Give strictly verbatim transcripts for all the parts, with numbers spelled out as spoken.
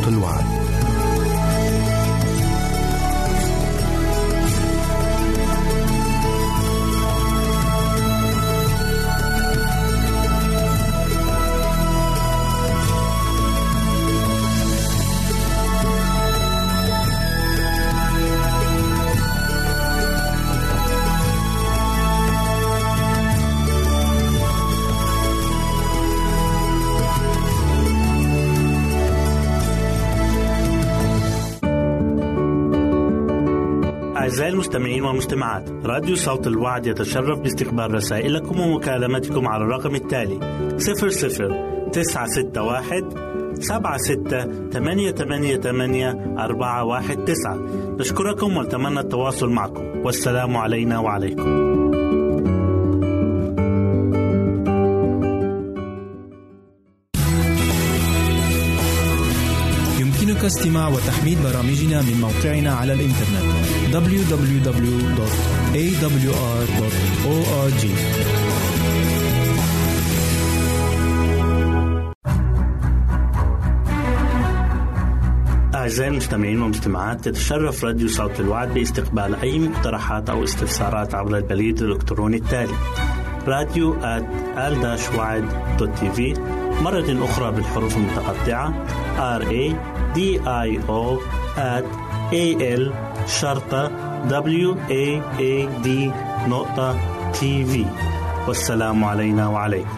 الوعد. أعزائي المستمعين والمستمعات، راديو صوت الوعد يتشرف باستقبال رسائلكم ومكالمتكم على الرقم التالي صفر صفر تسعة ستة واحد سبعة ستة ثمانية ثمانية ثمانية أربعة واحد تسعة. نشكركم ونتمنى التواصل معكم، والسلام علينا وعليكم. يمكنك استماع وتحميل برامجنا من موقعنا على الإنترنت دبليو دبليو دبليو دوت إيه دبليو آر دوت أو آر جي. أعزائي المستمعين والمستمعات، تتشرف راديو صوت الوعد باستقبال أي مقترحات أو استفسارات عبر البريد الإلكتروني التالي راديو آت آل وعد دوت تي في، مرة أخرى بالحروف المتقطعة R A D I O at A L شرطة W A A D نقطة تي في. والسلام علينا وعليكم.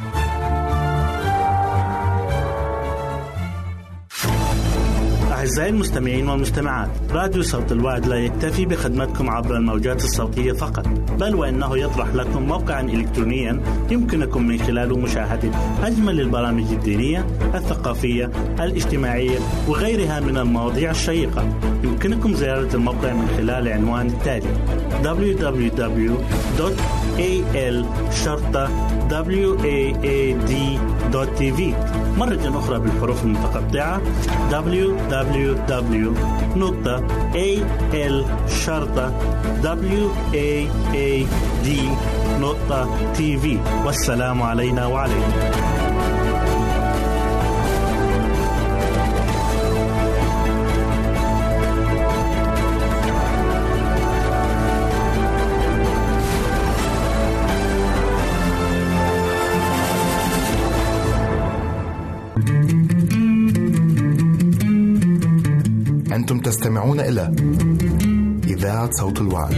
أعزائي المستمعين والمستمعات، راديو صوت الوعد لا يكتفي بخدمتكم عبر الموجات الصوتية فقط، بل وإنه يطرح لكم موقعا إلكترونيا يمكنكم من خلاله مشاهدة أجمل البرامج الدينية، الثقافية، الاجتماعية وغيرها من المواضيع الشيقة. يمكنكم زيارة الموقع من خلال عنوان التالي دبليو دبليو دبليو دوت إيه إل شرطة W A A D دوت تي في، مرة أخرى بالحروف المتقطعة دبليو دبليو دبليو نقطة إيه إل شرطة W A A D نقطة تي في. والسلام علينا وعليكم. أنتم تستمعون إلى إذاعة صوت الوعد.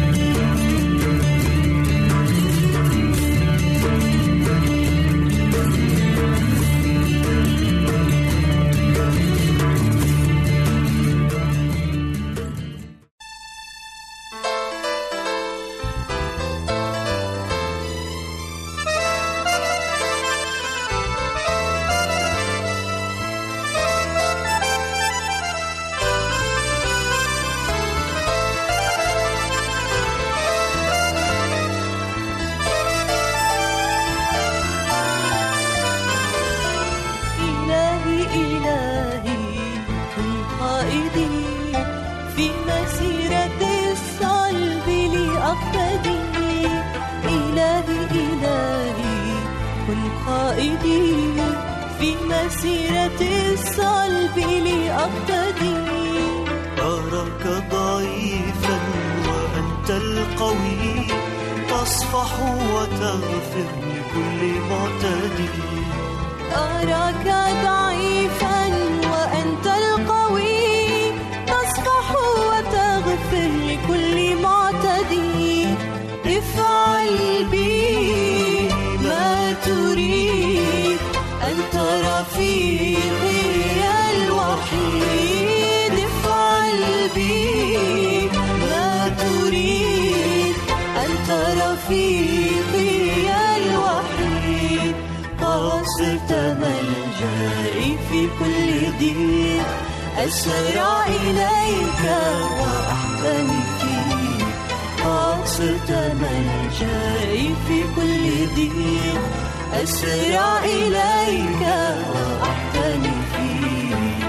في مسيرة الصلب لأقتدي. أراك ضعيفا وأنت القوي، تصفح وتغفر لكل معتدي. أراك ضعيفا وأنت القوي، تصفح وتغفر لكل معتدي. افعل بي ما تريد، أنت رفيقي الوحيد. افعل بي ما تريد، أنت رفيقي الوحيد. قد صرت ملجئي في كل ضيق، أسرع إليك وأحتمي فيك. قد صرت ملجئي في كل ضيق، أسرع إليك وأحتمي فيك.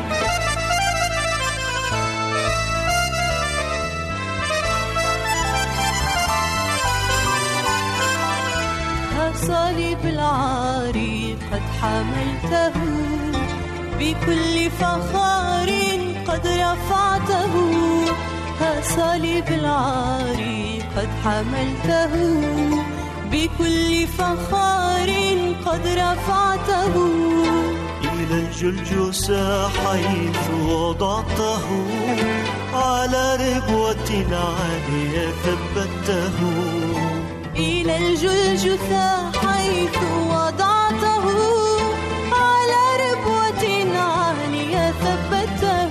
صليب العار قد حملته بكل فخار، قد رفعته، ها صليب العار قد حملته، بكل فخار قد رفعته. إلى الجلجثة حيث وضعته، على ربوة عالية ثبته. إلى الجلجثة حيث وضعته، على ربوة عالية ثبته.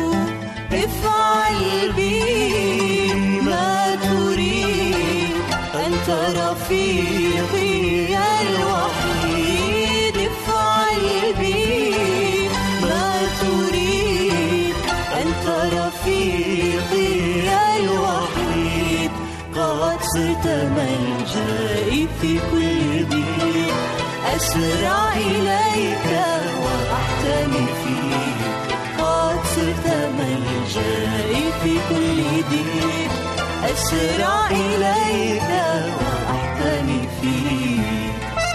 افعل بي ما تريد، أنت رفيقي الوحيد. افعل بي ما تريد، أنت رفيقي الوحيد. قد صرت ملجئي في كل ضيق، أسرع إليك وأحتمي فيك. قد صرت ملجئي في كل ضيق، أسرع إليك وأحتمي فيك.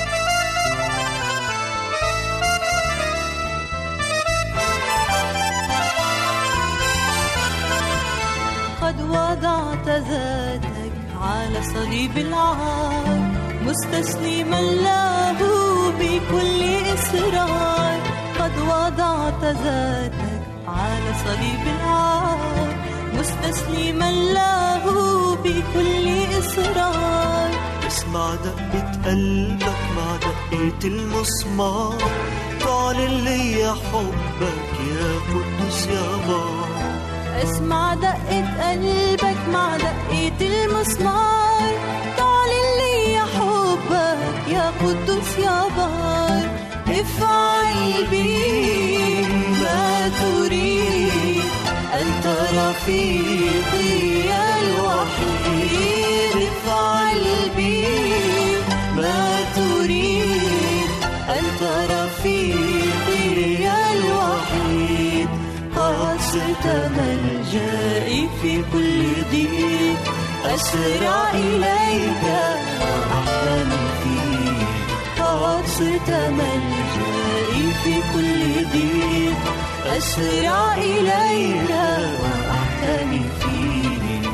قد وضعت ذاتك على صليب العار، مستسلما له بكل إصرار. قد وضعت ذاتك على صليب العار، مستسلما له بكل إصرار. اسمع دقة قلبك مع دقة المسمار، تعلن لي حبك يا قدوس يا بار. اسمع دقة قلبك مع دقة المسمار، تعلن لي حبك يا قدوس يا بار. افعل بي ما تريد، أنت رفيقي الوحيد. افعل بي ما تريد، أنت رفيقي الوحيد. قد صرت ملجئي في كل ضيق، أسرع إليك وأحتمي فيك. قد صرت ملجئي في كل ضيق، أسرع إليك وأحتمي فيك.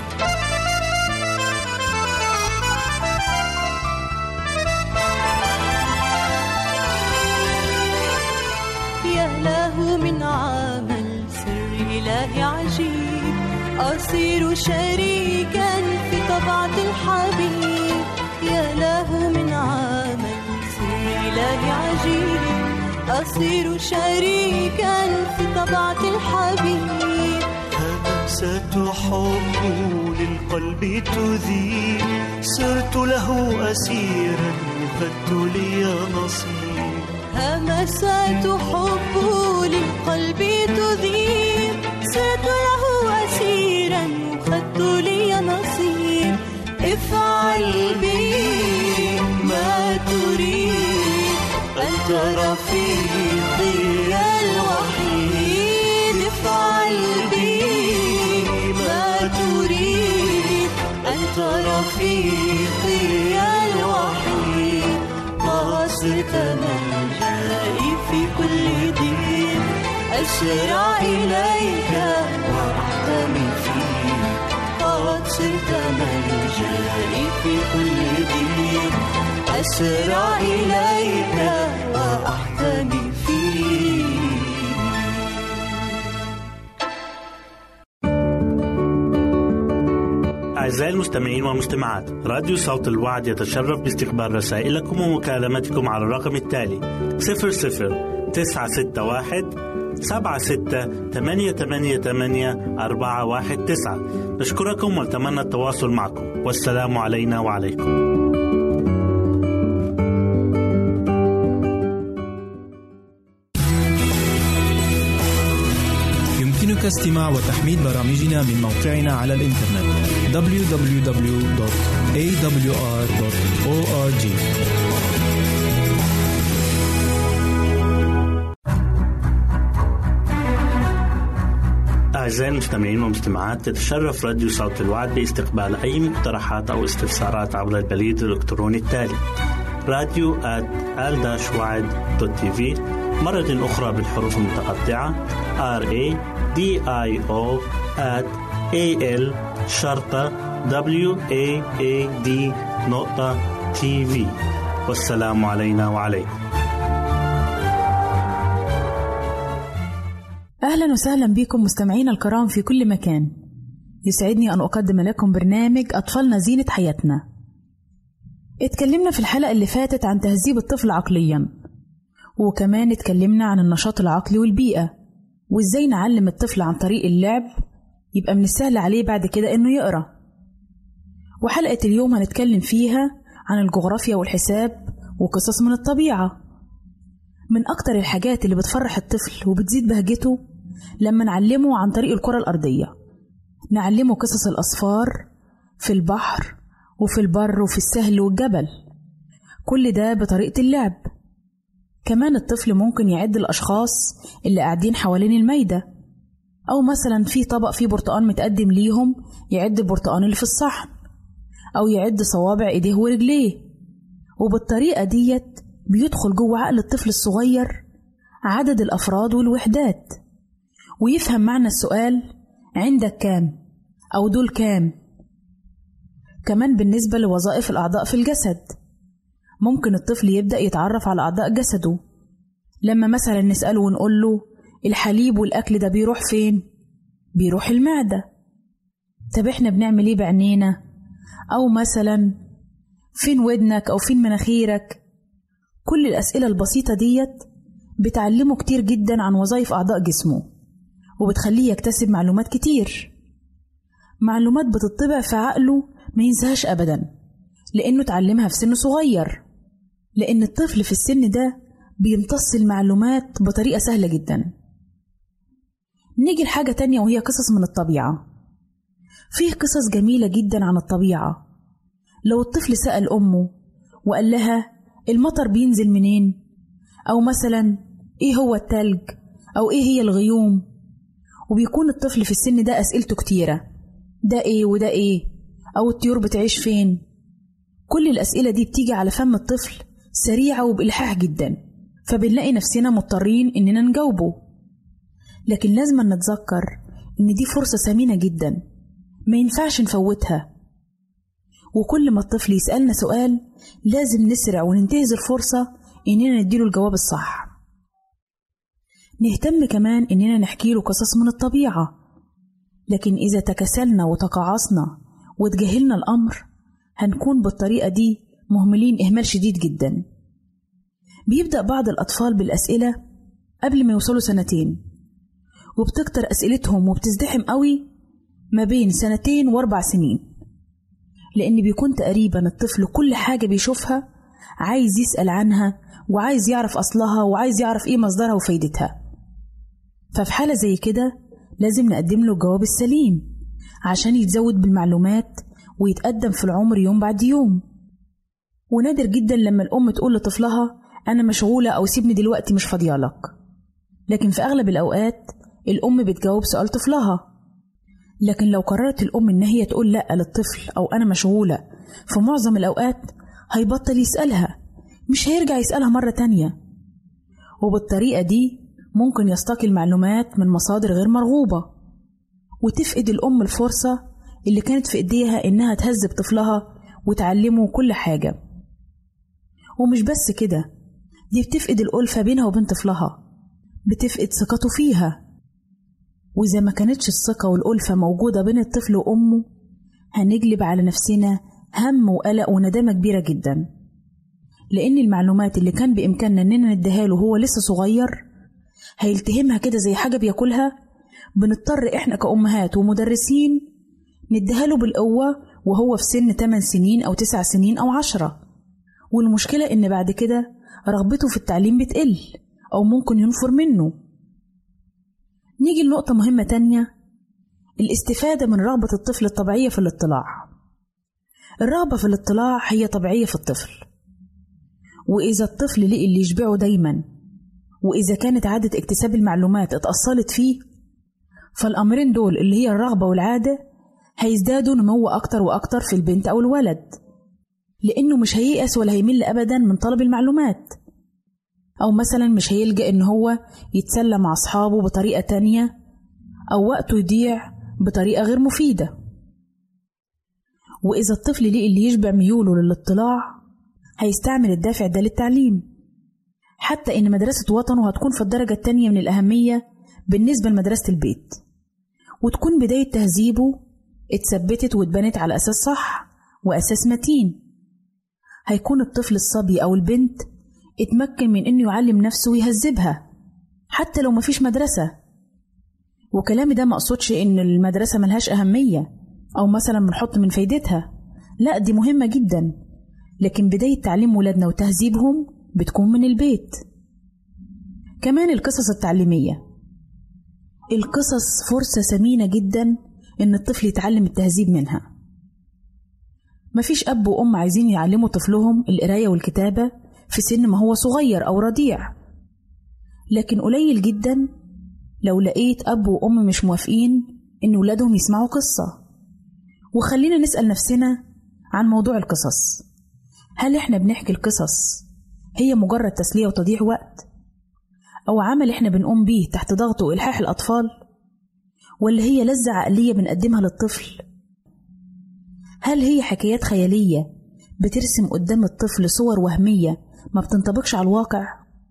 يا له من عمل سر إلهي عجيب، أصير شريكا في طبعة الحبيب. يا له من عمل سر إلهي عجيب، أصير شريكا في طبعة الحبيب. همسة حب للقلب تذيب، صرت له أسيرا وخدت لي نصيب. همسات حب للقلب تذيب، صرت له أسيرا وخدت لي نصيب. افعل بي ما تريد، أنت رفيقي الوحيد. افعل بي ما تريد، أنت رفيقي الوحيد. قد صرت ملجئي في كل ضيق، أسرع إليك وأحتمي فيك. قد صرت ملجئي في كل ضيق، أسرع إليك وأحتمي فيك. أعزائي المستمعين والمستمعات، راديو صوت الوعد يتشرف باستقبال رسائلكم ومكالمتكم على الرقم التالي صفر صفر تسعة ستة واحد سبعة ستة ثمانية ثمانية ثمانية أربعة واحد تسعة. نشكركم ونتمنى التواصل معكم، والسلام علينا وعليكم. يمكنك استماع وتحميل برامجنا من موقعنا على الإنترنت دبليو دبليو دبليو دوت إيه دبليو آر دوت أو آر جي. أعزائي المستمعين والمستمعات، تتشرف راديو صوت الوعد باستقبال أي مقترحات أو استفسارات عبر البريد الإلكتروني التالي راديو آت آل وعد دوت تي في. مرة أخرى بالحروف المتقطعة R A D I O at A L شرطة W A A D نقطة تي في. والسلام علينا وعليكم. أهلا وسهلا بكم مستمعين الكرام في كل مكان. يسعدني أن أقدم لكم برنامج أطفالنا زينة حياتنا. اتكلمنا في الحلقة اللي فاتت عن تهذيب الطفل عقليا، وكمان اتكلمنا عن النشاط العقلي والبيئة، وإزاي نعلم الطفل عن طريق اللعب يبقى من السهل عليه بعد كده إنه يقرأ. وحلقة اليوم هنتكلم فيها عن الجغرافيا والحساب وقصص من الطبيعة. من أكتر الحاجات اللي بتفرح الطفل وبتزيد بهجته لما نعلمه عن طريق الكرة الأرضية، نعلمه قصص الأصفار في البحر وفي البر وفي السهل والجبل، كل ده بطريقة اللعب. كمان الطفل ممكن يعد الأشخاص اللي قاعدين حوالين المايدة، أو مثلا في طبق فيه برتقان متقدم ليهم يعد البرتقان اللي في الصحن، أو يعد صوابع إيديه ورجليه. وبالطريقة ديت بيدخل جوه عقل الطفل الصغير عدد الأفراد والوحدات، ويفهم معنى السؤال عندك كام أو دول كام. كمان بالنسبة لوظائف الأعضاء في الجسد، ممكن الطفل يبدأ يتعرف على أعضاء جسده. لما مثلا نسأله ونقول له الحليب والأكل ده بيروح فين؟ بيروح المعدة. طب احنا بنعمل ايه بعينينا؟ أو مثلا فين ودنك أو فين مناخيرك؟ كل الأسئلة البسيطة ديت بتعلمه كتير جدا عن وظائف أعضاء جسمه، وبتخليه يكتسب معلومات كتير، معلومات بتطبع في عقله ما ينساهاش أبدا، لأنه تعلمها في سن صغير. لأن الطفل في السن ده بيمتص المعلومات بطريقة سهلة جدا. نيجي لحاجة تانية وهي قصص من الطبيعة. فيه قصص جميلة جدا عن الطبيعة. لو الطفل سأل أمه وقال لها المطر بينزل منين، أو مثلا إيه هو التلج، أو إيه هي الغيوم، وبيكون الطفل في السن ده أسئلته كتيرة، ده إيه وده إيه، أو الطيور بتعيش فين. كل الأسئلة دي بتيجي على فم الطفل سريعة وبإلحاح جدا، فبنلاقي نفسنا مضطرين إننا نجاوبه. لكن لازم نتذكر إن دي فرصة ثمينة جدا ما ينفعش نفوتها، وكل ما الطفل يسألنا سؤال لازم نسرع وننتهز الفرصة إننا نديله الجواب الصح. نهتم كمان إننا نحكي له قصص من الطبيعة، لكن إذا تكسلنا وتقاعصنا وتجاهلنا الأمر هنكون بالطريقة دي مهملين إهمال شديد جدا. بيبدأ بعض الأطفال بالأسئلة قبل ما يوصلوا سنتين، وبتكتر أسئلتهم وبتزدحم قوي ما بين سنتين واربع سنين، لأن بيكون تقريبا الطفل كل حاجة بيشوفها عايز يسأل عنها وعايز يعرف أصلها وعايز يعرف إيه مصدرها وفايدتها. ففي حالة زي كده لازم نقدم له الجواب السليم عشان يتزود بالمعلومات ويتقدم في العمر يوم بعد يوم. ونادر جدا لما الأم تقول لطفلها أنا مشغولة أو سيبني دلوقتي مش فاضيالك، لكن في أغلب الأوقات الأم بتجاوب سؤال طفلها. لكن لو قررت الأم إن هي تقول لأ للطفل أو أنا مشغولة، في معظم الأوقات هيبطل يسألها، مش هيرجع يسألها مرة تانية. وبالطريقة دي ممكن يستقي المعلومات من مصادر غير مرغوبة، وتفقد الأم الفرصة اللي كانت في إيديها إنها تهذب طفلها وتعلمه كل حاجة. ومش بس كده، دي بتفقد الألفة بينها وبين طفلها، بتفقد ثقته فيها. وإذا ما كانتش الثقة والألفة موجودة بين الطفل وأمه هنجلب على نفسنا هم وقلق وندامة كبيرة جدا، لأن المعلومات اللي كان بإمكاننا إننا نديها له وهو لسه صغير هيلتهمها كده زي حاجة بياكلها. بنضطر إحنا كأمهات ومدرسين نديها له بالقوة وهو في سن ثمان سنين أو تسع سنين أو عشرة. والمشكلة إن بعد كده رغبته في التعليم بتقل أو ممكن ينفر منه. نيجي لنقطة مهمة تانية، الاستفادة من رغبة الطفل الطبيعية في الاطلاع. الرغبة في الاطلاع هي طبيعية في الطفل، وإذا الطفل لقي اللي يشبعه دايما، وإذا كانت عادة اكتساب المعلومات اتأصلت فيه، فالأمرين دول اللي هي الرغبة والعادة هيزدادوا نمو أكتر وأكتر في البنت أو الولد، لأنه مش هييأس ولا هيمل أبدا من طلب المعلومات. أو مثلا مش هيلجأ إن هو يتسلى مع أصحابه بطريقة تانية، أو وقته يضيع بطريقة غير مفيدة. وإذا الطفل لقي اللي يشبع ميوله للاطلاع هيستعمل الدافع ده للتعليم، حتى إن مدرسة وطنه هتكون في الدرجة التانية من الأهمية بالنسبة لمدرسة البيت، وتكون بداية تهذيبه اتثبتت واتبنت على أساس صح وأساس متين. هيكون الطفل الصبي أو البنت اتمكن من إنه يعلم نفسه ويهذبها حتى لو مفيش مدرسة. وكلامي ده مقصودش إن المدرسة ملهاش أهمية أو مثلا بنحط من فايدتها، لا دي مهمة جدا، لكن بداية تعليم ولادنا وتهذيبهم بتكون من البيت. كمان القصص التعليمية، القصص فرصة ثمينة جدا إن الطفل يتعلم التهذيب منها. مفيش أب وأم عايزين يعلموا طفلهم القراية والكتابة في سن ما هو صغير أو رضيع، لكن قليل جدا لو لقيت أب وأم مش موافقين إن ولادهم يسمعوا قصة. وخلينا نسأل نفسنا عن موضوع القصص، هل إحنا بنحكي القصص هي مجرد تسلية وتضييع وقت، أو عمل إحنا بنقوم بيه تحت ضغط وإلحاح الأطفال، ولا هي لذة عقلية بنقدمها للطفل؟ هل هي حكايات خيالية بترسم قدام الطفل صور وهمية ما بتنطبقش على الواقع؟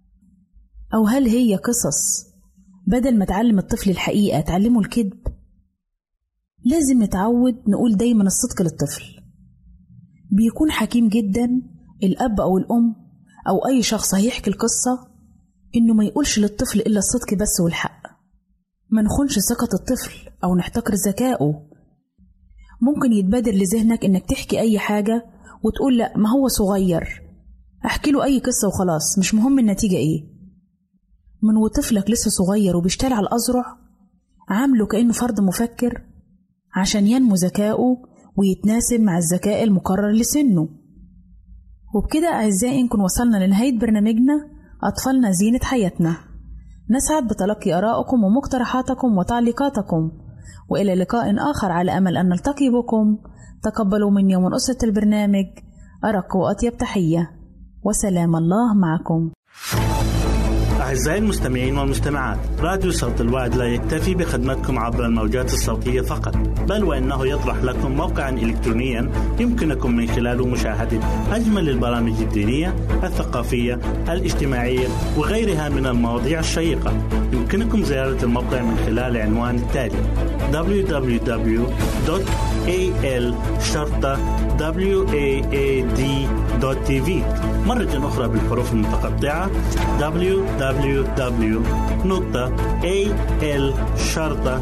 أو هل هي قصص بدل ما تعلم الطفل الحقيقة تعلمه الكذب؟ لازم نتعود نقول دايما الصدق للطفل. بيكون حكيم جدا الأب أو الأم أو أي شخص هيحكي القصة إنه ما يقولش للطفل إلا الصدق بس والحق، ما نخونش ثقة الطفل أو نحتقر ذكائه. ممكن يتبادر لذهنك إنك تحكي أي حاجة وتقول لأ ما هو صغير، أحكي له أي قصة وخلاص مش مهم النتيجة إيه. من وطفلك لسه صغير وبيشتغل على الأزرع عامله كأنه فرد مفكر عشان ينمو ذكائه ويتناسب مع الذكاء المقرر لسنه. وبكده أعزائي نكون وصلنا لنهاية برنامجنا أطفالنا زينة حياتنا. نسعد بتلقي آرائكم ومقترحاتكم وتعليقاتكم، وإلى لقاء آخر على أمل أن نلتقي بكم. تقبلوا مني ومن أسرة البرنامج أرق وأطيب تحية، وسلام الله معكم. أعزائي المستمعين والمستمعات، راديو صوت الوعد لا يكتفي بخدمتكم عبر الموجات الصوتية فقط، بل وإنه يطرح لكم موقعا إلكترونيا يمكنكم من خلاله مشاهدة أجمل البرامج الدينية، الثقافية، الاجتماعية وغيرها من المواضيع الشيقة. يمكنكم زيارة الموقع من خلال العنوان التالي دبليو دبليو دبليو دوت إيه إل شرطة واد دوت تي في. مرة أخرى بالحروف المتقطعة دبليو دبليو دبليو دوت إيه إل شرطة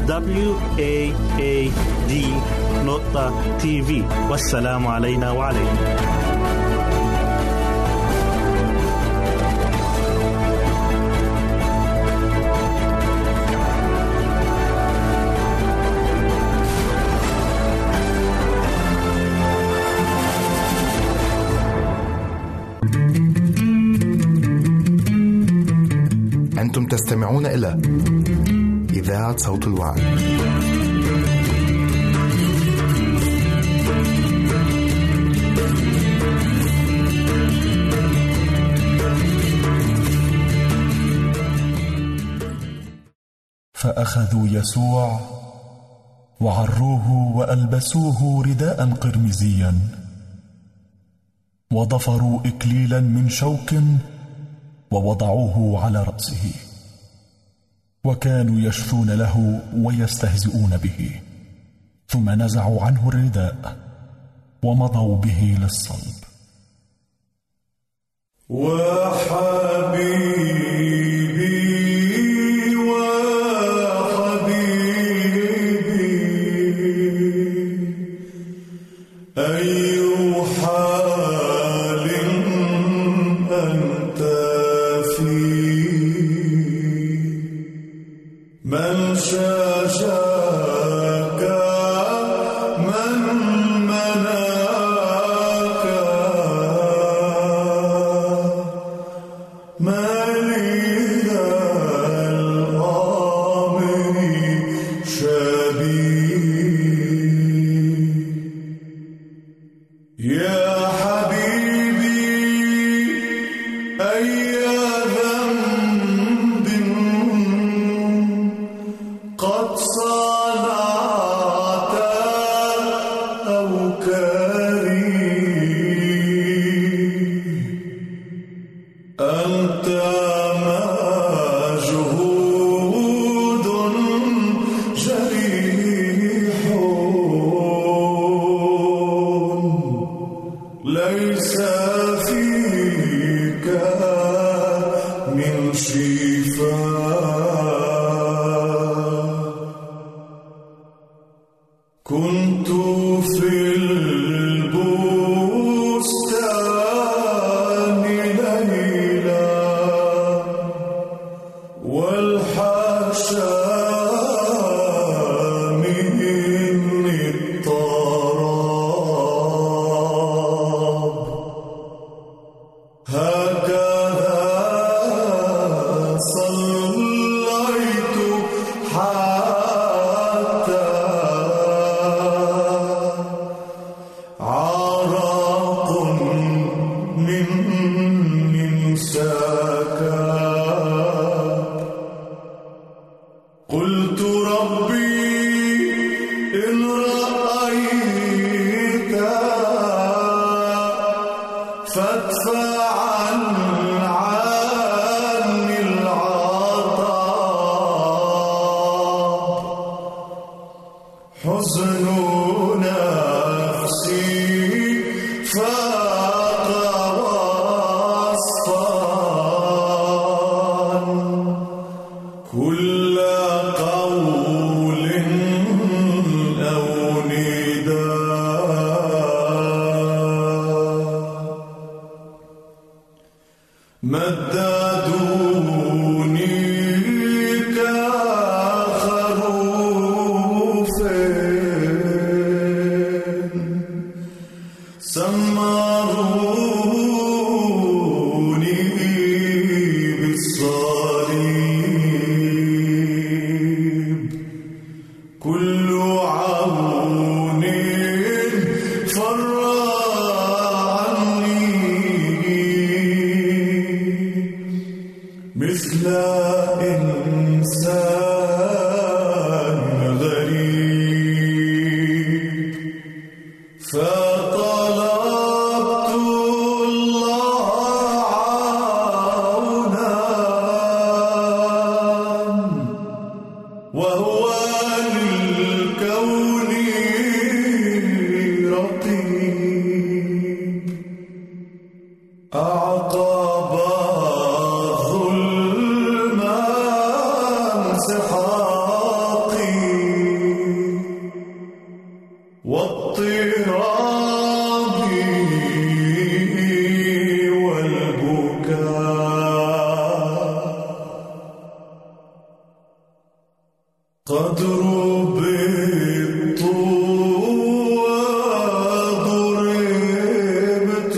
واد دوت تي في. والسلام علينا وعليكم. أنتم تستمعون إلى إذاعة صوت الوعد. فأخذوا يسوع وعروه وألبسوه رداء قرمزيا، وضفروا إكليلا من شوك ووضعوه على رأسه، وكانوا يشفون له ويستهزئون به. ثم نزعوا عنه الرداء ومضوا به للصلب. وحبيبي وحبيبي أي حال أنت فيه، من شاشاك من مناك، ما لي الأمر شبيه. يا حبيبي أيام قد صنعت أوكاري أنت مجهود جريح ليس فيك من شفاء كنت في البستان ليلا والحاشا مني الطراب هكذا صليت حتى عرق مني سكاب قلت ربي إن رأيت فادفع عني العطاب حزن نفسي فاق وصفا كل قول أو نداء مددوني كخروف سمروني بالصليب كل عون فر مثل إنسان غريب فطلبت الله عونا وهو للكون رقيب أعقب سحاقي واضطرابي والبكاء قد ربطت وضربت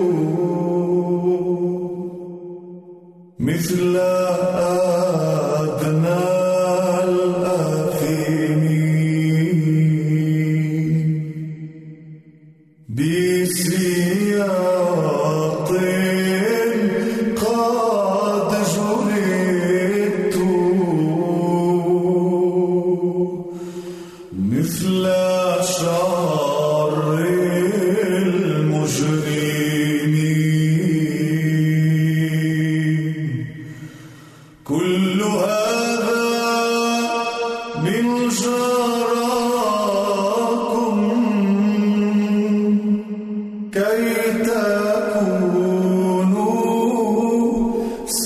مثل أدنى بسياط قد جلدت مثل شر المجرمين كل هذا من جراكم كي تكونوا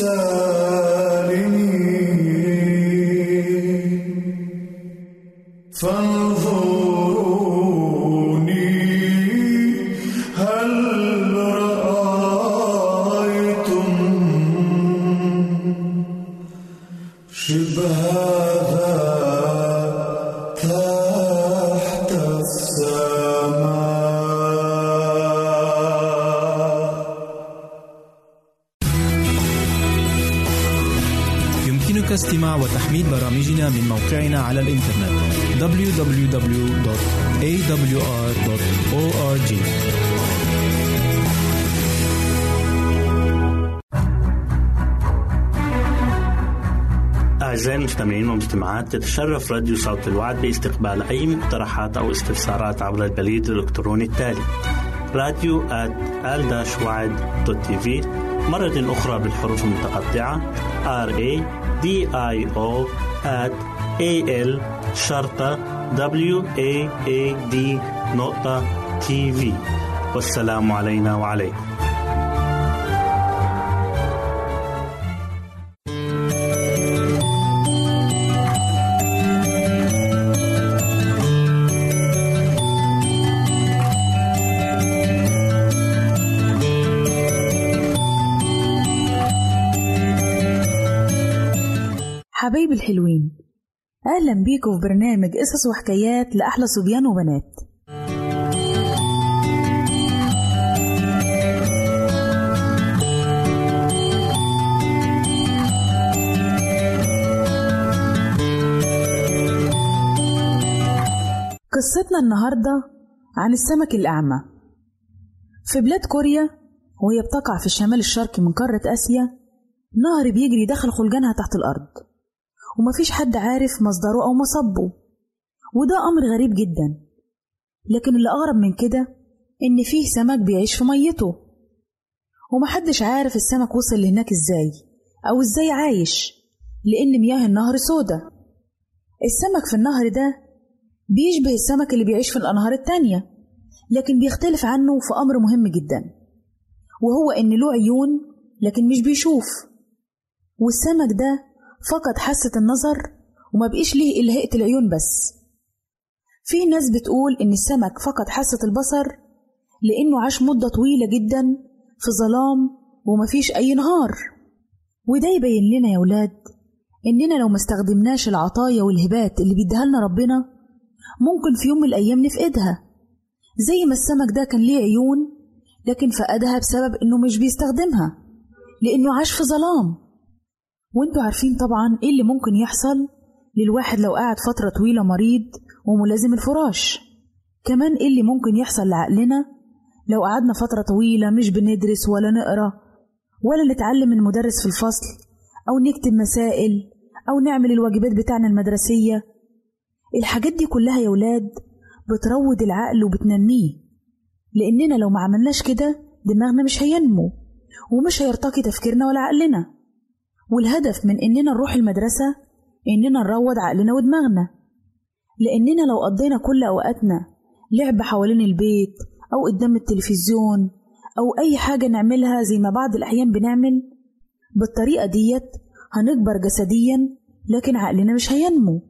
سالمين فانظروني هل رأيتم شبه هذا تحت السماء. يمكنك استماع وتحميل برامجنا من موقعنا على الإنترنت دبليو دبليو دبليو دوت إيه دبليو آر دوت أو آر جي. أعزائي المستمعين والمستمعات، تتشرف راديو صوت الوعد باستقبال أي مقترحات أو استفسارات عبر البريد الإلكتروني التالي راديو آت آل وعد دوت تي في، مرة أخرى بالحروف المتقطعة R A D I O at A L شرطة W A A D نقطة تي في. والسلام علينا وعليكم. حبايبي الحلوين، أهلا بيكم في برنامج قصص وحكايات لأحلى صبيان وبنات. قصتنا النهاردة عن السمك الأعمى. في بلاد كوريا وهي بتقع في الشمال الشرقي من قارة آسيا، نهر بيجري داخل خلجانها تحت الأرض، ومفيش حد عارف مصدره أو مصبه، وده أمر غريب جدا. لكن اللي أغرب من كده إن فيه سمك بيعيش في ميته، ومحدش عارف السمك وصل لهناك إزاي أو إزاي عايش، لأن مياه النهر سودة. السمك في النهر ده بيشبه السمك اللي بيعيش في الأنهار التانية، لكن بيختلف عنه في أمر مهم جدا، وهو إن له عيون لكن مش بيشوف. والسمك ده فقد حاسة النظر وما بقيش ليه إلا هيئة العيون بس. في ناس بتقول إن السمك فقد حاسة البصر لأنه عاش مدة طويلة جدا في ظلام ومفيش أي نهار. وده يبين لنا يا ولاد إننا لو ما استخدمناش العطايا والهبات اللي بيديها لنا ربنا ممكن في يوم من الأيام نفقدها، زي ما السمك ده كان ليه عيون لكن فقدها بسبب إنه مش بيستخدمها لأنه عاش في ظلام. وانتوا عارفين طبعا ايه اللي ممكن يحصل للواحد لو قاعد فترة طويلة مريض وملازم الفراش. كمان ايه اللي ممكن يحصل لعقلنا لو قعدنا فترة طويلة مش بندرس ولا نقرأ ولا نتعلم من مدرس في الفصل أو نكتب مسائل أو نعمل الواجبات بتاعنا المدرسية. الحاجات دي كلها يا ولاد بتروض العقل وبتنميه، لأننا لو ما عملناش كده دماغنا مش هينمو ومش هيرتقي تفكيرنا ولا عقلنا. والهدف من إننا نروح المدرسة إننا نروض عقلنا ودماغنا، لأننا لو قضينا كل أوقاتنا لعب حوالين البيت أو قدام التلفزيون أو أي حاجة نعملها زي ما بعض الأحيان بنعمل، بالطريقة ديت هنكبر جسديا لكن عقلنا مش هينمو.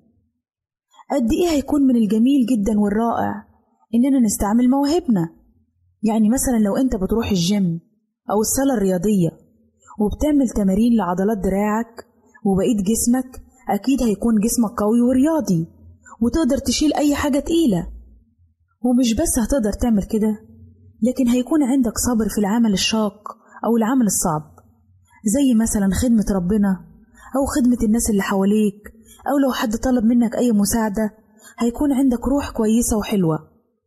قد إيه هيكون من الجميل جدا والرائع إننا نستعمل مواهبنا. يعني مثلا لو أنت بتروح الجيم أو الصالة الرياضية وبتعمل تمارين لعضلات دراعك وبقيت جسمك، أكيد هيكون جسمك قوي ورياضي وتقدر تشيل أي حاجة تقيلة. ومش بس هتقدر تعمل كده، لكن هيكون عندك صبر في العمل الشاق أو العمل الصعب، زي مثلا خدمة ربنا أو خدمة الناس اللي حواليك، أو لو حد طلب منك أي مساعدة هيكون عندك روح كويسة وحلوة.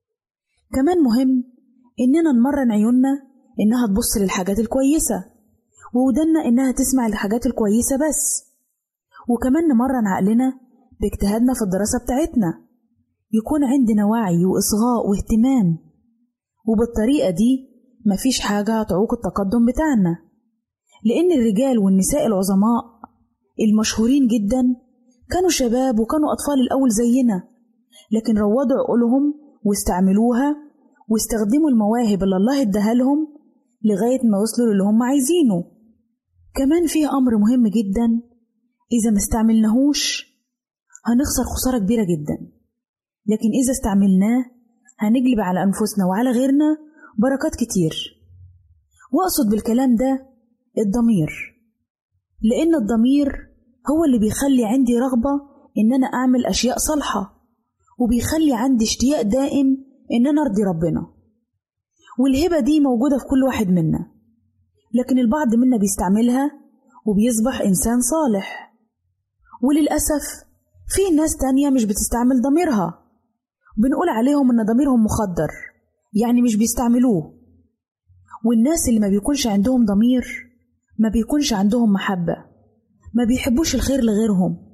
كمان مهم إننا نمرن عيوننا إنها تبص للحاجات الكويسة، وودنا إنها تسمع الحاجات الكويسة بس. وكمان نمرن عقلنا باجتهادنا في الدراسة بتاعتنا، يكون عندنا وعي وإصغاء واهتمام. وبالطريقة دي مفيش حاجة هتعوق التقدم بتاعنا، لأن الرجال والنساء العظماء المشهورين جدا كانوا شباب وكانوا أطفال الأول زينا، لكن روضوا عقولهم واستعملوها واستخدموا المواهب اللي الله اداها لهم لغاية ما وصلوا للي هم عايزينه. كمان فيه أمر مهم جدا، إذا ما استعملناهوش هنخسر خسارة كبيرة جدا، لكن إذا استعملناه هنجلب على أنفسنا وعلى غيرنا بركات كتير. وأقصد بالكلام ده الضمير، لأن الضمير هو اللي بيخلي عندي رغبة إن أنا أعمل أشياء صالحة، وبيخلي عندي اشتياق دائم إن أنا أرضي ربنا. والهبة دي موجودة في كل واحد منا، لكن البعض منا بيستعملها وبيصبح إنسان صالح. وللأسف في ناس تانية مش بتستعمل ضميرها، بنقول عليهم إن ضميرهم مخدر، يعني مش بيستعملوه. والناس اللي ما بيكونش عندهم ضمير ما بيكونش عندهم محبة، ما بيحبوش الخير لغيرهم،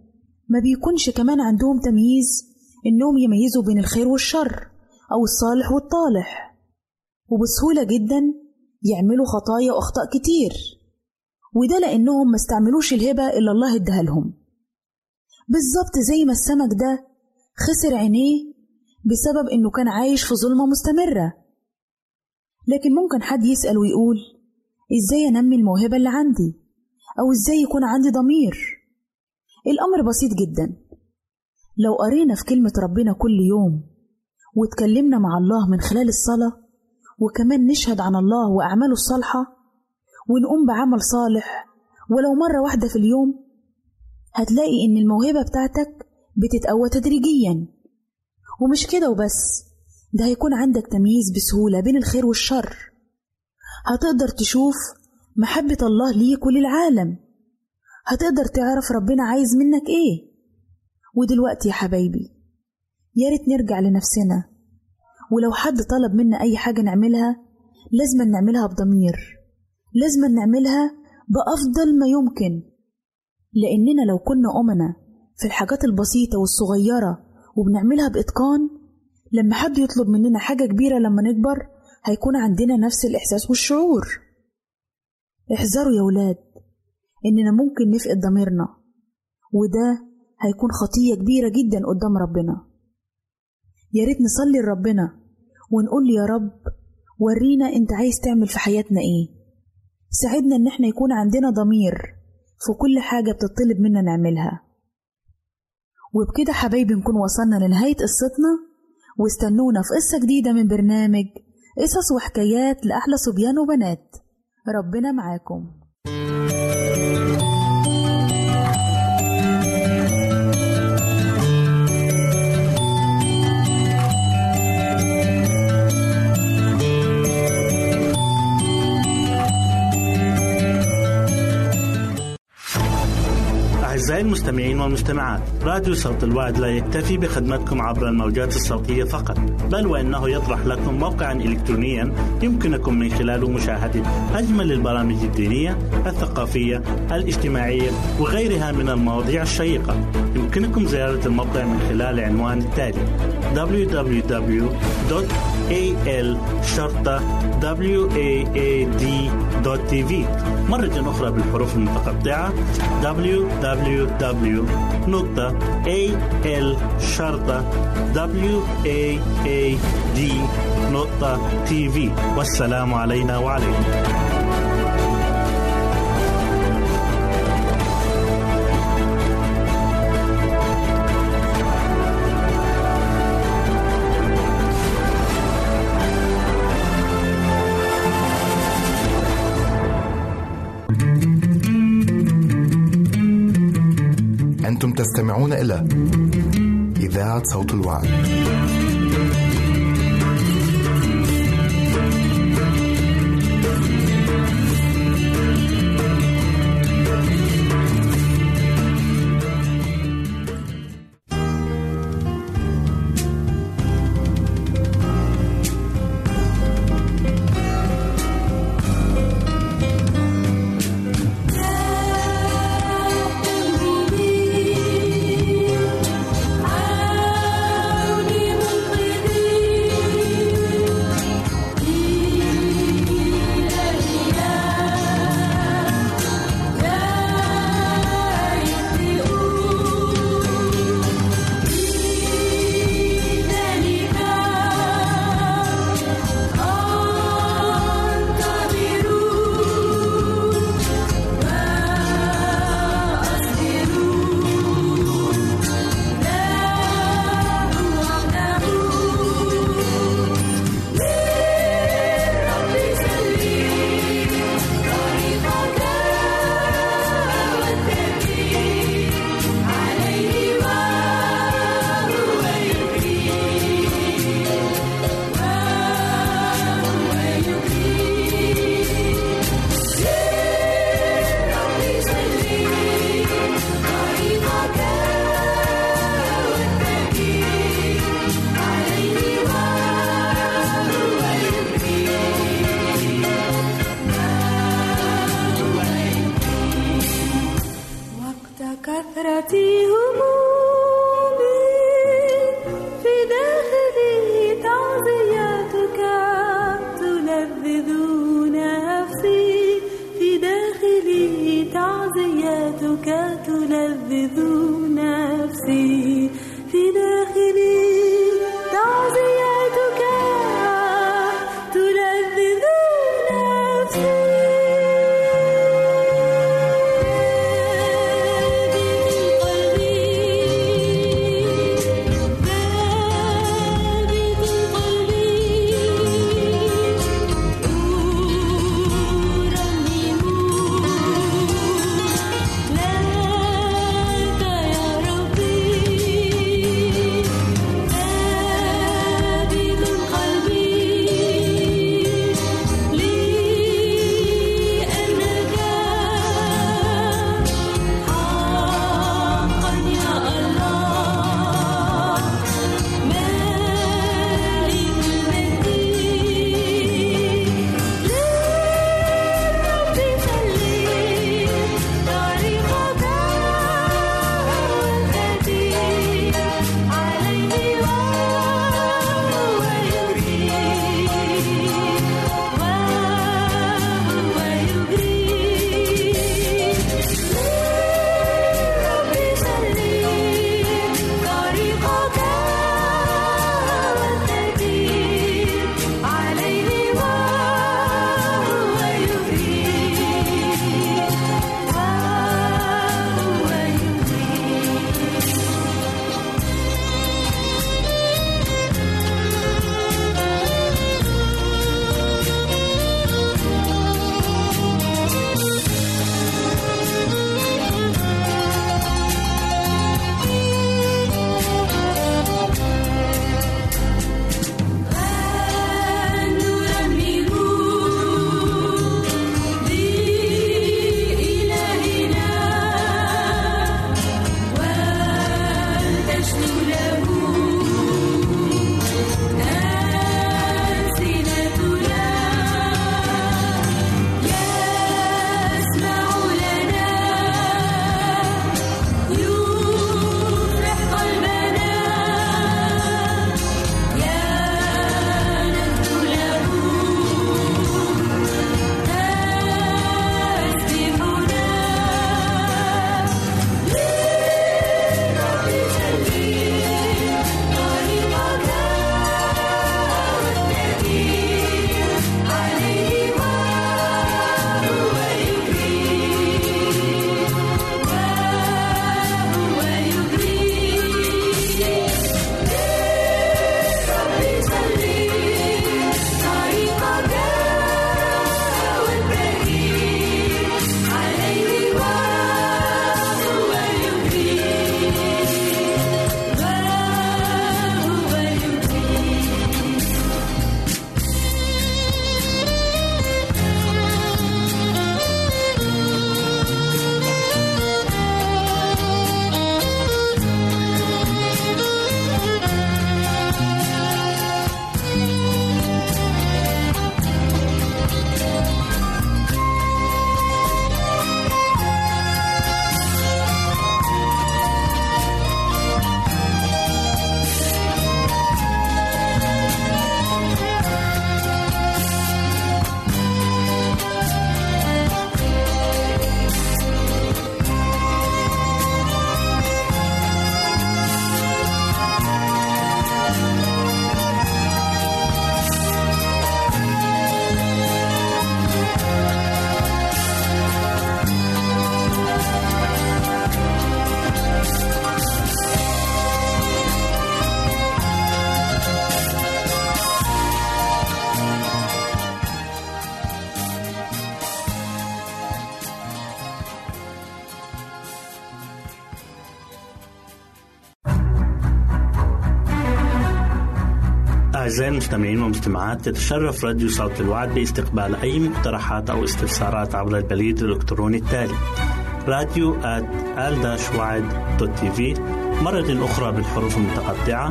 ما بيكونش كمان عندهم تمييز إنهم يميزوا بين الخير والشر أو الصالح والطالح، وبسهولة جدا يعملوا خطايا وأخطاء كتير، وده لأنهم ما استعملوش الهبة اللي الله اداها لهم. بالظبط زي ما السمك ده خسر عينيه بسبب إنه كان عايش في ظلمة مستمرة. لكن ممكن حد يسأل ويقول إزاي أنمي الموهبة اللي عندي، أو إزاي يكون عندي ضمير؟ الأمر بسيط جدا. لو قرينا في كلمة ربنا كل يوم واتكلمنا مع الله من خلال الصلاة، وكمان نشهد عن الله وأعماله الصالحة، ونقوم بعمل صالح ولو مرة واحدة في اليوم، هتلاقي إن الموهبة بتاعتك بتتقوى تدريجيا. ومش كده وبس، ده هيكون عندك تمييز بسهولة بين الخير والشر. هتقدر تشوف محبة الله ليك وللعالم، هتقدر تعرف ربنا عايز منك ايه. ودلوقتي يا حبايبي، يا ريت نرجع لنفسنا، ولو حد طلب منا أي حاجة نعملها لازم نعملها بضمير، لازم نعملها بأفضل ما يمكن، لأننا لو كنا أمنا في الحاجات البسيطة والصغيرة وبنعملها بإتقان، لما حد يطلب مننا حاجة كبيرة لما نكبر هيكون عندنا نفس الإحساس والشعور. احذروا يا ولاد إننا ممكن نفقد ضميرنا، وده هيكون خطية كبيرة جدا قدام ربنا. يا ريت نصلي لربنا ونقول يا رب ورينا انت عايز تعمل في حياتنا ايه، ساعدنا ان احنا يكون عندنا ضمير في كل حاجة بتطلب منا نعملها. وبكده حبايبي نكون وصلنا لنهاية قصتنا، واستنونا في قصة جديدة من برنامج قصص وحكايات لأحلى صبيان وبنات. ربنا معاكم. أعزائي المستمعين والمستمعات، راديو صوت الوعد لا يكتفي بخدمتكم عبر الموجات الصوتية فقط، بل وإنه يطرح لكم موقعا إلكترونيا يمكنكم من خلاله مشاهدة أجمل البرامج الدينية، الثقافية، الاجتماعية وغيرها من المواضيع الشيقة. يمكنكم زيارة الموقع من خلال العنوان التالي دبليو دبليو دبليو دوت إيه إل شرطة واد دوت تي في. مرة أخرى بالحروف المتقطعة دبليو دبليو دبليو دوت إيه إل شرطة واد دوت تي في. والسلام علينا وعليكم. أنتم تستمعون إلى إذاعة صوت الوعد. عوني أعزائي المستمعين والمستمعات، تتشرف راديو صوت الوعد باستقبال أي مقترحات أو استفسارات عبر البريد الإلكتروني التالي راديو آت آل وعد دوت تي في، مرة أخرى بالحروف المتقطعة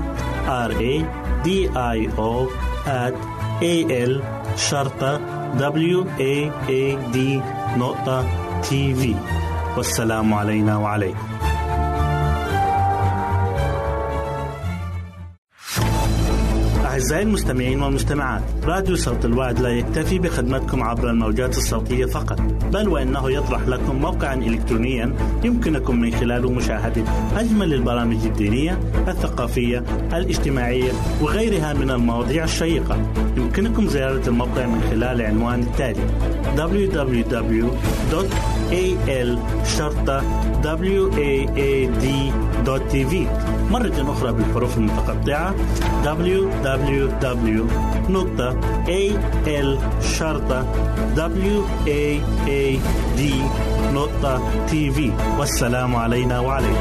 راديو آت آل شرطة واد نقطة تي في. والسلام علينا وعليكم. أعزائي المستمعين والمستمعات، راديو صوت الوعد لا يكتفي بخدمتكم عبر الموجات الصوتية فقط، بل وإنه يطرح لكم موقعا إلكترونيا يمكنكم من خلاله مشاهدة أجمل البرامج الدينية، الثقافية، الاجتماعية وغيرها من المواضيع الشيقة. يمكنكم زيارة الموقع من خلال العنوان التالي دبليو دبليو دبليو دوت إيه إل شرطة واد دوت تي في، مرة أخرى بالحروف المتقطعة دبليو دبليو دبليو دوت إيه إل شرطة واد دوت تي في. والسلام علينا وعليكم.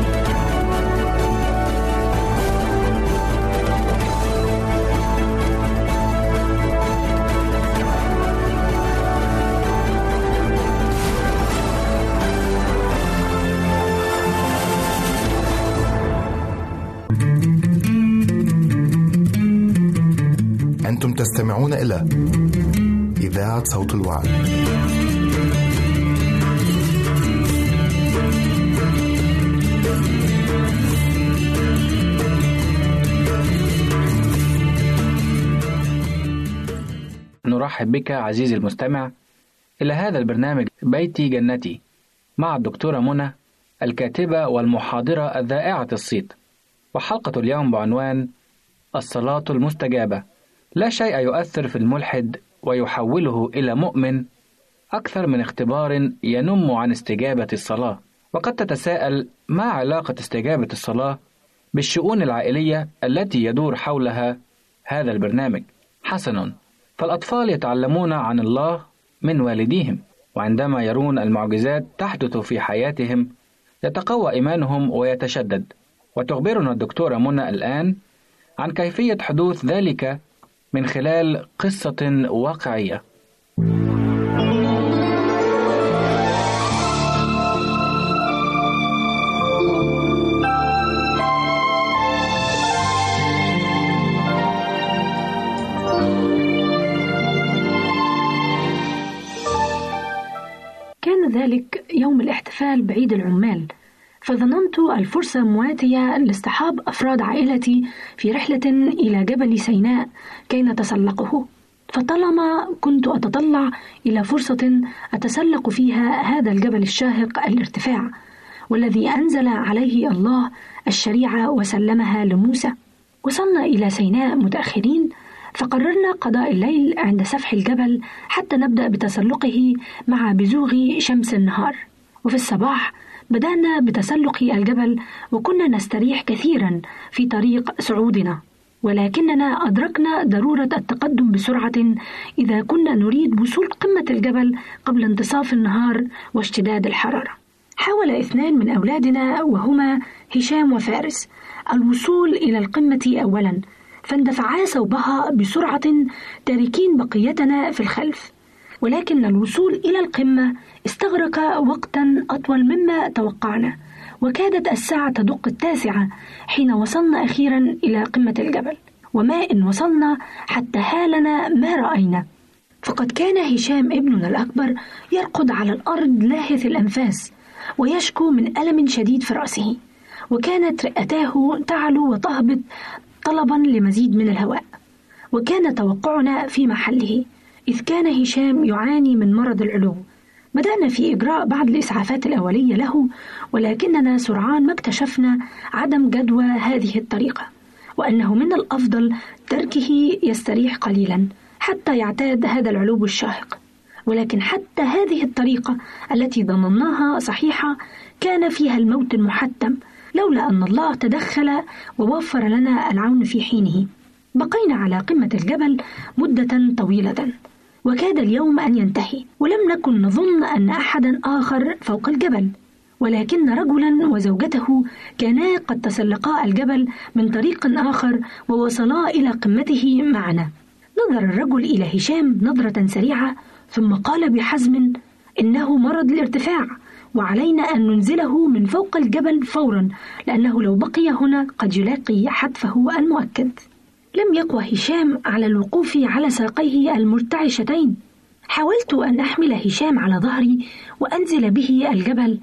أنتم تستمعون إلى إذاعة صوت الوعد. نرحب بك عزيزي المستمع إلى هذا البرنامج بيتي جنتي مع الدكتورة منى، الكاتبة والمحاضرة الذائعة الصيت، وحلقة اليوم بعنوان الصلاة المستجابة. لا شيء يؤثر في الملحد ويحوله إلى مؤمن أكثر من اختبار ينم عن استجابة الصلاة. وقد تتساءل ما علاقة استجابة الصلاة بالشؤون العائلية التي يدور حولها هذا البرنامج؟ حسناً، فالأطفال يتعلمون عن الله من والديهم، وعندما يرون المعجزات تحدث في حياتهم يتقوى إيمانهم ويتشدد. وتخبرنا الدكتورة منى الآن عن كيفية حدوث ذلك من خلال قصة واقعية. كان ذلك يوم الاحتفال بعيد العمال، فظننت الفرصة مواتية لاصطحاب أفراد عائلتي في رحلة إلى جبل سيناء كي نتسلقه، فطالما كنت أتطلع إلى فرصة أتسلق فيها هذا الجبل الشاهق الارتفاع والذي أنزل عليه الله الشريعة وسلمها لموسى. وصلنا إلى سيناء متأخرين، فقررنا قضاء الليل عند سفح الجبل حتى نبدأ بتسلقه مع بزوغ شمس النهار. وفي الصباح بدأنا بتسلق الجبل، وكنا نستريح كثيرا في طريق صعودنا، ولكننا أدركنا ضرورة التقدم بسرعة إذا كنا نريد وصول قمة الجبل قبل انتصاف النهار واشتداد الحرارة. حاول اثنان من أولادنا وهما هشام وفارس الوصول إلى القمة أولا، فاندفعا صوبها بسرعة تاركين بقيتنا في الخلف، ولكن الوصول إلى القمة استغرق وقتا أطول مما توقعنا، وكادت الساعة تدق التاسعة حين وصلنا أخيرا إلى قمة الجبل. وما إن وصلنا حتى هالنا ما رأينا، فقد كان هشام ابننا الأكبر يرقد على الأرض لاهث الأنفاس ويشكو من ألم شديد في رأسه، وكانت رئتاه تعلو وتهبط طلبا لمزيد من الهواء. وكان توقعنا في محله، إذ كان هشام يعاني من مرض العلو. بدأنا في إجراء بعض الإسعافات الأولية له، ولكننا سرعان ما اكتشفنا عدم جدوى هذه الطريقة، وأنه من الأفضل تركه يستريح قليلا حتى يعتاد هذا العلو الشاهق. ولكن حتى هذه الطريقة التي ظنناها صحيحة كان فيها الموت المحتم، لولا أن الله تدخل ووفر لنا العون في حينه. بقينا على قمة الجبل مدة طويلة، وكاد اليوم أن ينتهي، ولم نكن نظن أن أحدا آخر فوق الجبل، ولكن رجلا وزوجته كانا قد تسلقا الجبل من طريق آخر ووصلا إلى قمته معنا. نظر الرجل إلى هشام نظرة سريعة ثم قال بحزم: إنه مرض الارتفاع، وعلينا أن ننزله من فوق الجبل فورا، لأنه لو بقي هنا قد يلاقي حتفه المؤكد. لم يقوى هشام على الوقوف على ساقيه المرتعشتين. حاولت أن أحمل هشام على ظهري وأنزل به الجبل،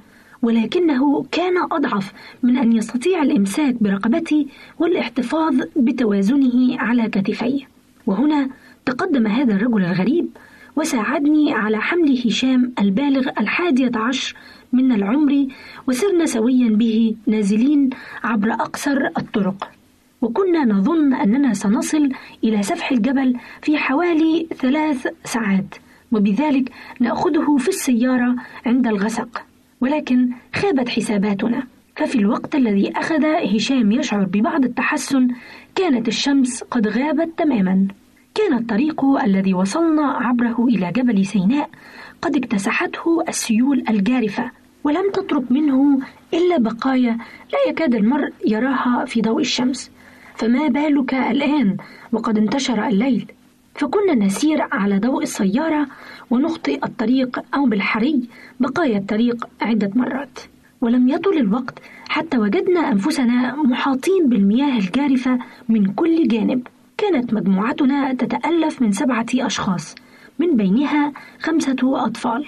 ولكنه كان أضعف من أن يستطيع الإمساك برقبتي والاحتفاظ بتوازنه على كتفي. وهنا تقدم هذا الرجل الغريب وساعدني على حمل هشام البالغ الحادية عشر من العمر، وسرنا سويا به نازلين عبر أقصر الطرق، وكنا نظن أننا سنصل إلى سفح الجبل في حوالي ثلاث ساعات، وبذلك نأخذه في السيارة عند الغسق. ولكن خابت حساباتنا، ففي الوقت الذي أخذ هشام يشعر ببعض التحسن كانت الشمس قد غابت تماما. كان الطريق الذي وصلنا عبره إلى جبل سيناء قد اكتسحته السيول الجارفة، ولم تترك منه إلا بقايا لا يكاد المرء يراها في ضوء الشمس. فما بالك الآن وقد انتشر الليل؟ فكنا نسير على ضوء السيارة ونخطئ الطريق أو بالحري بقايا الطريق عدة مرات. ولم يطل الوقت حتى وجدنا أنفسنا محاطين بالمياه الجارفة من كل جانب. كانت مجموعتنا تتألف من سبعة أشخاص، من بينها خمسة أطفال.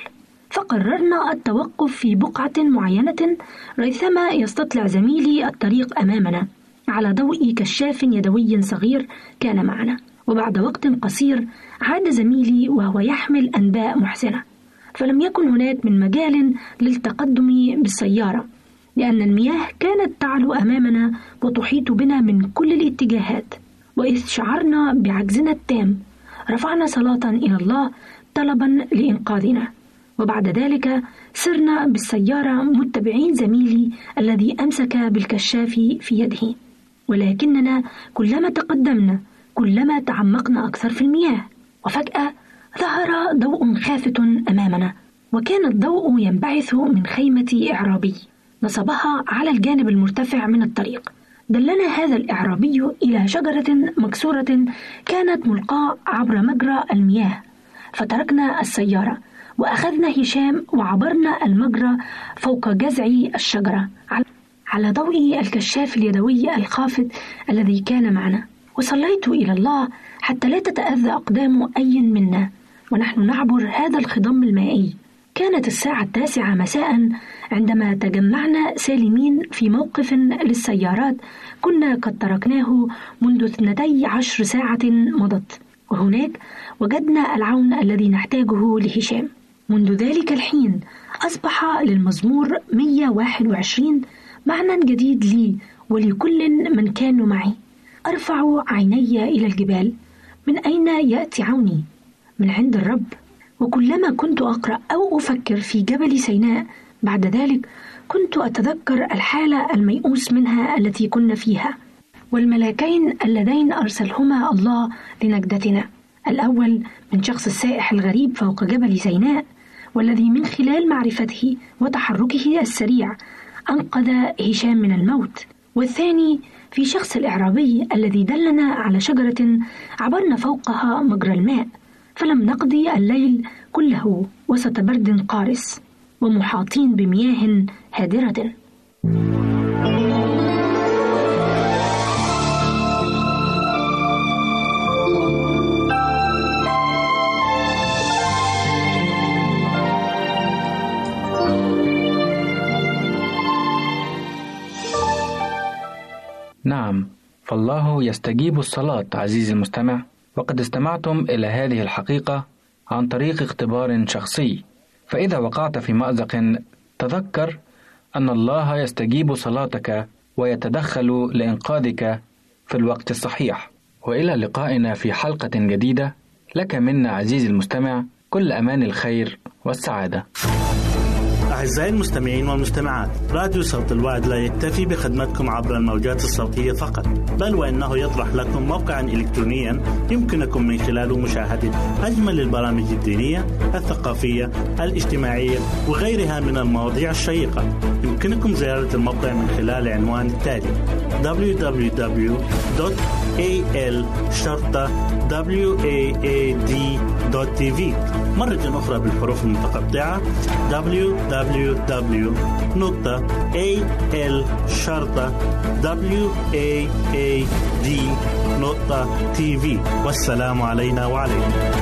فقررنا التوقف في بقعة معينة ريثما يستطلع زميلي الطريق أمامنا على ضوء كشاف يدوي صغير كان معنا. وبعد وقت قصير عاد زميلي وهو يحمل أنباء محزنة، فلم يكن هناك من مجال للتقدم بالسيارة، لأن المياه كانت تعلو أمامنا وتحيط بنا من كل الاتجاهات. وإذ شعرنا بعجزنا التام رفعنا صلاة إلى الله طلبا لإنقاذنا، وبعد ذلك سرنا بالسيارة متبعين زميلي الذي أمسك بالكشاف في يده. ولكننا كلما تقدمنا كلما تعمقنا أكثر في المياه، وفجأة ظهر ضوء خافت أمامنا، وكان الضوء ينبعث من خيمة إعرابي نصبها على الجانب المرتفع من الطريق. دلنا هذا الإعرابي إلى شجرة مكسورة كانت ملقاة عبر مجرى المياه، فتركنا السيارة وأخذنا هشام وعبرنا المجرى فوق جذع الشجرة على ضوء الكشاف اليدوي الخافت الذي كان معنا. وصليت إلى الله حتى لا تتأذى أقدام أي منا ونحن نعبر هذا الخضم المائي. كانت الساعة التاسعة مساء عندما تجمعنا سالمين في موقف للسيارات كنا قد تركناه منذ اثنتي عشر ساعة مضت، وهناك وجدنا العون الذي نحتاجه لهشام. منذ ذلك الحين أصبح للمزمور مئة وواحد وعشرين معنى جديد لي ولكل من كانوا معي. أرفع عيني إلى الجبال، من أين يأتي عوني؟ من عند الرب. وكلما كنت أقرأ أو أفكر في جبل سيناء بعد ذلك كنت أتذكر الحالة الميؤوس منها التي كنا فيها، والملاكين اللذين أرسلهما الله لنجدتنا. الأول من شخص السائح الغريب فوق جبل سيناء، والذي من خلال معرفته وتحركه السريع أنقذ هشام من الموت، والثاني في شخص الإعرابي الذي دلنا على شجرة عبرنا فوقها مجرى الماء، فلم نقضي الليل كله وسط برد قارس ومحاطين بمياه هادرة. نعم، فالله يستجيب الصلاة عزيزي المستمع، وقد استمعتم إلى هذه الحقيقة عن طريق اختبار شخصي. فإذا وقعت في مأزق تذكر أن الله يستجيب صلاتك ويتدخل لإنقاذك في الوقت الصحيح. وإلى لقائنا في حلقة جديدة، لك منا عزيزي المستمع كل أمان الخير والسعادة. أعزائي المستمعين والمستمعات، راديو صوت الوعد لا يكتفي بخدمتكم عبر الموجات الصوتية فقط، بل وإنه يطرح لكم موقعا إلكترونيا يمكنكم من خلاله مشاهدة أجمل البرامج الدينية، الثقافية، الاجتماعية وغيرها من المواضيع الشيقة. يمكنكم زيارة الموقع من خلال العنوان التالي دبليو دبليو دبليو دوت إيه إل شرطة واد دوت تي في. مرة أخرى بالحروف المتقطعة دبليو دبليو دبليو دوت إيه إل شرطة واد دوت تي في. والسلام علينا وعليكم.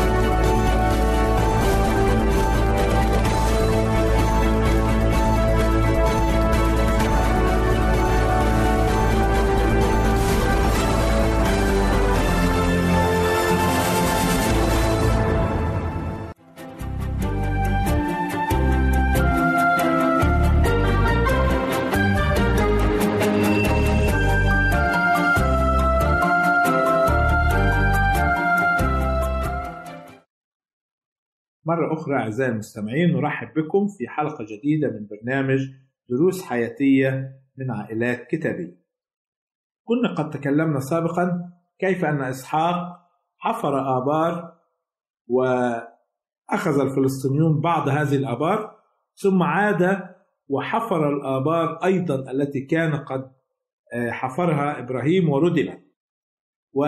مرة أخرى أعزائي المستمعين، نرحب بكم في حلقة جديدة من برنامج دروس حياتية من عائلات كتابية. كنا قد تكلمنا سابقا كيف أن إسحاق حفر آبار وأخذ الفلسطينيون بعض هذه الآبار، ثم عاد وحفر الآبار أيضا التي كان قد حفرها إبراهيم وردمت. و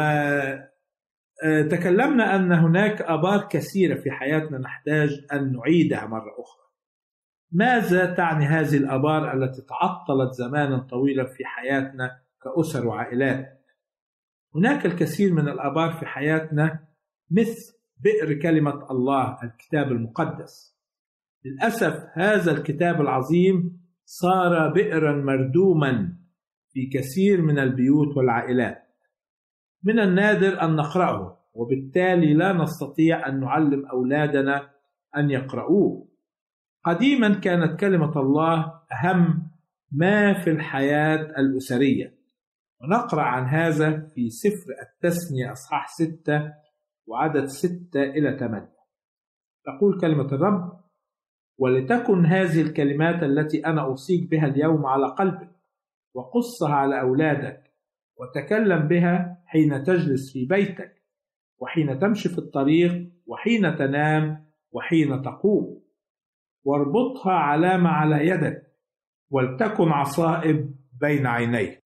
تكلمنا أن هناك آبار كثيرة في حياتنا نحتاج أن نعيدها مرة أخرى. ماذا تعني هذه الآبار التي تعطلت زمانا طويلا في حياتنا كأسر وعائلات؟ هناك الكثير من الآبار في حياتنا مثل بئر كلمة الله، الكتاب المقدس. للأسف هذا الكتاب العظيم صار بئرا مردوما في كثير من البيوت والعائلات. من النادر أن نقرأه، وبالتالي لا نستطيع أن نعلم أولادنا أن يقرأوه. قديما كانت كلمة الله أهم ما في الحياة الأسرية، ونقرأ عن هذا في سفر التثنية أصحاح ستة وعدد ستة إلى ثمانية. تقول كلمة الرب: ولتكن هذه الكلمات التي أنا أوصيك بها اليوم على قلبك، وقصها على أولادك، وتكلم بها حين تجلس في بيتك، وحين تمشي في الطريق، وحين تنام، وحين تقوم، واربطها علامة على يدك، ولتكن عصائب بين عينيك.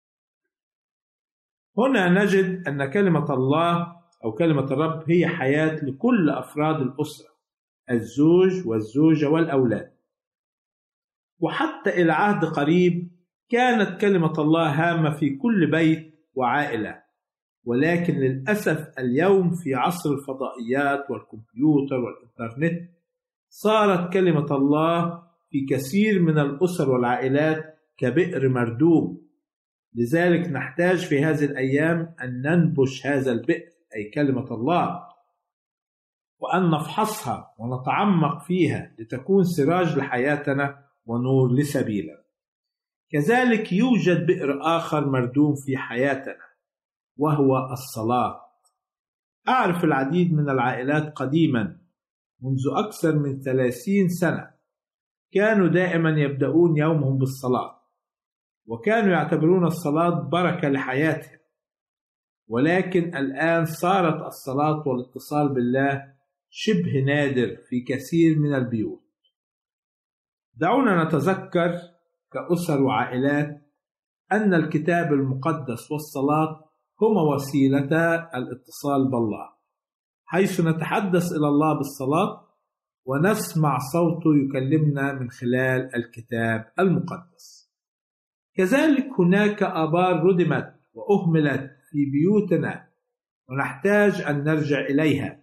هنا نجد أن كلمة الله أو كلمة الرب هي حياة لكل أفراد الأسرة، الزوج والزوجة والأولاد. وحتى إلى عهد قريب كانت كلمة الله هامة في كل بيت وعائلة، ولكن للأسف اليوم في عصر الفضائيات والكمبيوتر والإنترنت صارت كلمة الله في كثير من الأسر والعائلات كبئر مردوم. لذلك نحتاج في هذه الأيام أن ننبش هذا البئر، أي كلمة الله، وأن نفحصها ونتعمق فيها لتكون سراج لحياتنا ونور لسبيلنا. كذلك يوجد بئر آخر مردوم في حياتنا، وهو الصلاة. أعرف العديد من العائلات قديما منذ أكثر من ثلاثين سنة كانوا دائما يبدأون يومهم بالصلاة، وكانوا يعتبرون الصلاة بركة لحياتهم. ولكن الآن صارت الصلاة والاتصال بالله شبه نادر في كثير من البيوت. دعونا نتذكر كأسر وعائلات أن الكتاب المقدس والصلاة هما وسيلتا الاتصال بالله، حيث نتحدث إلى الله بالصلاة ونسمع صوته يكلمنا من خلال الكتاب المقدس. كذلك هناك آبار ردمت وأهملت في بيوتنا ونحتاج أن نرجع إليها: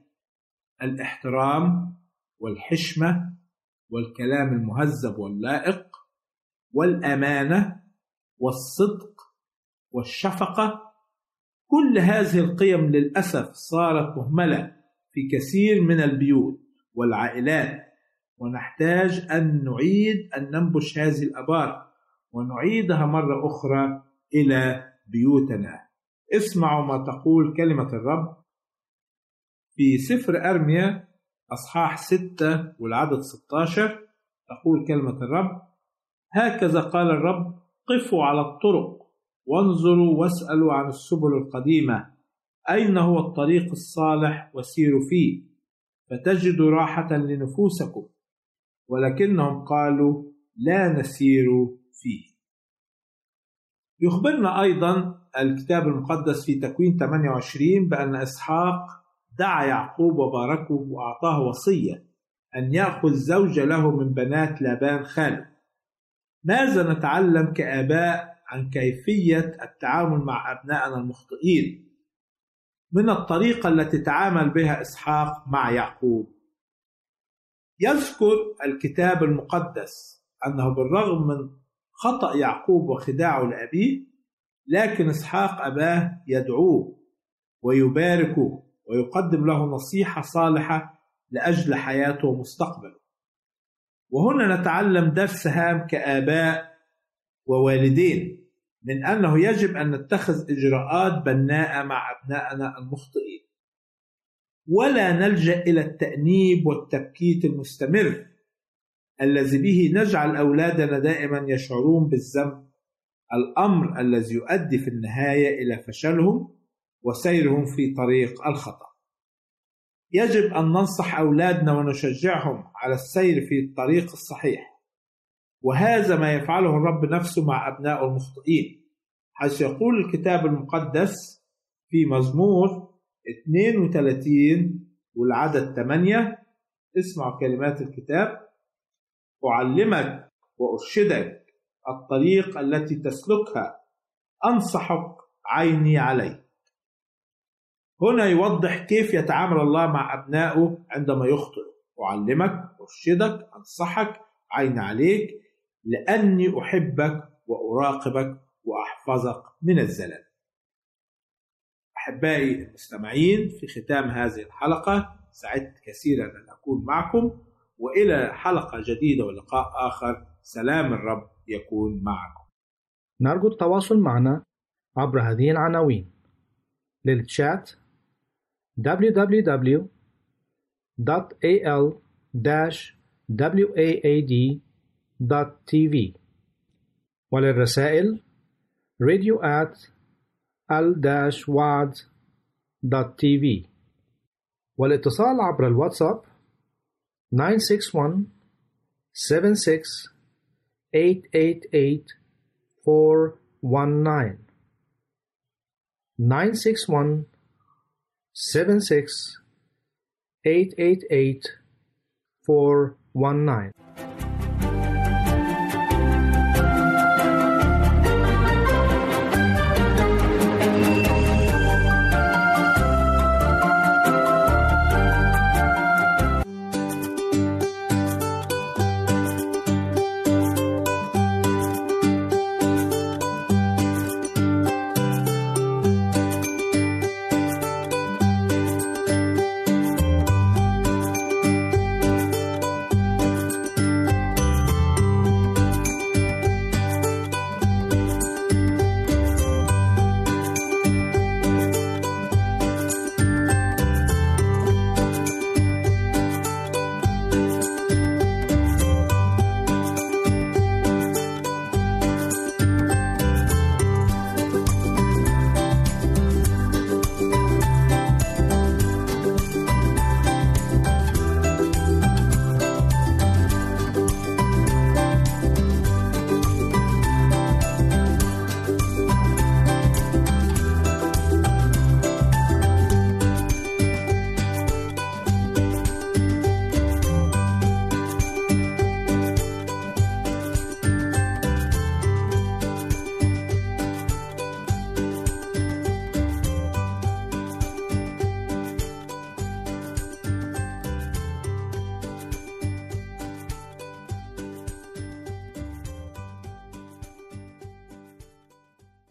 الاحترام والحشمة والكلام المهذب واللائق والأمانة والصدق والشفقة. كل هذه القيم للأسف صارت مهملة في كثير من البيوت والعائلات، ونحتاج أن نعيد أن ننبش هذه الآبار ونعيدها مرة أخرى إلى بيوتنا. اسمعوا ما تقول كلمة الرب في سفر أرميا أصحاح ستة والعدد ستة عشر. تقول كلمة الرب: هكذا قال الرب، قفوا على الطرق وانظروا واسألوا عن السبل القديمة، أين هو الطريق الصالح وسيروا فيه فتجدوا راحة لنفوسكم. ولكنهم قالوا لا نسير فيه. يخبرنا أيضا الكتاب المقدس في تكوين ثمانية وعشرين بأن إسحاق دعا يعقوب وباركه وأعطاه وصية أن يأخذ زوجة له من بنات لابان خاله. ماذا نتعلم كآباء عن كيفية التعامل مع أبنائنا المخطئين من الطريقة التي تعامل بها إسحاق مع يعقوب؟ يذكر الكتاب المقدس أنه بالرغم من خطأ يعقوب وخداعه لأبيه، لكن إسحاق أباه يدعوه ويباركه ويقدم له نصيحة صالحة لأجل حياته ومستقبله. وهنا نتعلم درس هام كآباء ووالدين من أنه يجب أن نتخذ إجراءات بناءة مع أبنائنا المخطئين، ولا نلجأ إلى التأنيب والتبكيت المستمر الذي به نجعل أولادنا دائما يشعرون بالذنب، الأمر الذي يؤدي في النهاية إلى فشلهم وسيرهم في طريق الخطأ. يجب أن ننصح أولادنا ونشجعهم على السير في الطريق الصحيح، وهذا ما يفعله الرب نفسه مع أبنائه المخطئين، حيث يقول الكتاب المقدس في مزمور اثنين وثلاثين والعدد ثمانية: اسمعوا كلمات الكتاب: أعلمك وأرشدك الطريق التي تسلكها، أنصحك عيني عليك. هنا يوضح كيف يتعامل الله مع أبنائه عندما يخطئ: أعلمك، أرشدك، أنصحك، عيني عليك، لأني أحبك وأراقبك وأحفظك من الزلل. أحبائي المستمعين، في ختام هذه الحلقة سعدت كثيرا أن أكون معكم، وإلى حلقة جديدة ولقاء آخر، سلام الرب يكون معكم. نرجو التواصل معنا عبر هذه العناوين: للتشات دبليو دبليو دبليو دوت إيه إل واد دوت تي في، وللرسائل radio at ال واد دوت تي في، والاتصال عبر الواتساب nine six one seven six eight eight eight four one nine nine six one seven six eight eight eight four one nine.